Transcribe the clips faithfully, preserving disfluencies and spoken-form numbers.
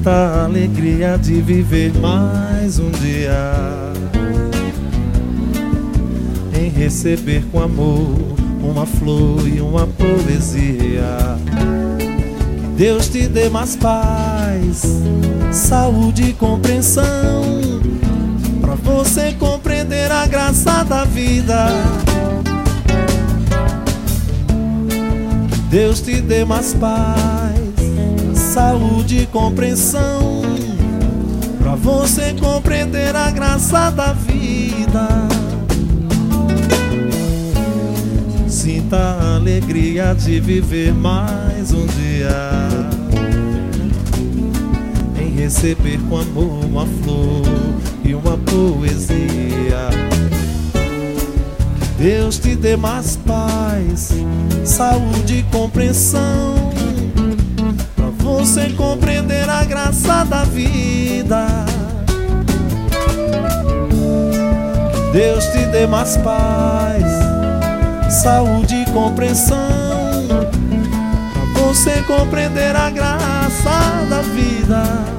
Sinta a alegria de viver mais um dia, em receber com amor uma flor e uma poesia. Que Deus te dê mais paz, saúde e compreensão, pra você compreender a graça da vida. Que Deus te dê mais paz, saúde e compreensão, pra você compreender a graça da vida. Sinta a alegria de viver mais um dia, em receber com amor uma flor e uma poesia. Que Deus te dê mais paz, saúde e compreensão, pra você compreender a graça da vida. Que Deus te dê mais paz, saúde e compreensão, pra você compreender a graça da vida.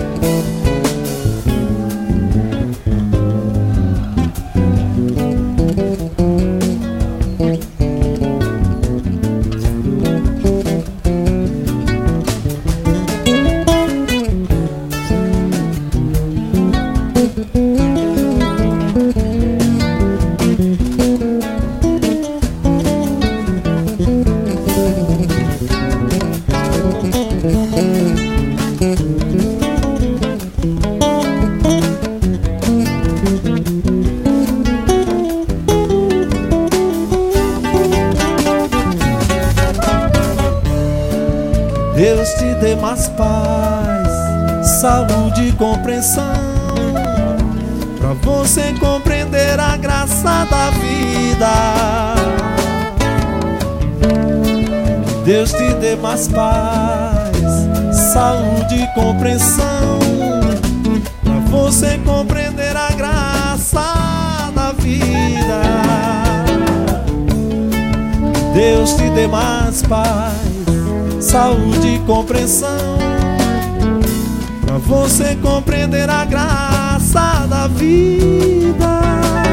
Deus te dê mais paz, saúde e compreensão, pra você compreender a graça da vida. Deus te dê mais paz, saúde e compreensão, pra você compreender a graça da vida. Deus te dê mais paz, saúde e compreensão, pra você compreender a graça da vida.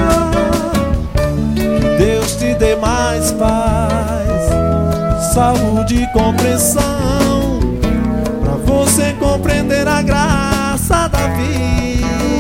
Deus te dê mais paz, saúde e compreensão, pra você compreender a graça da vida.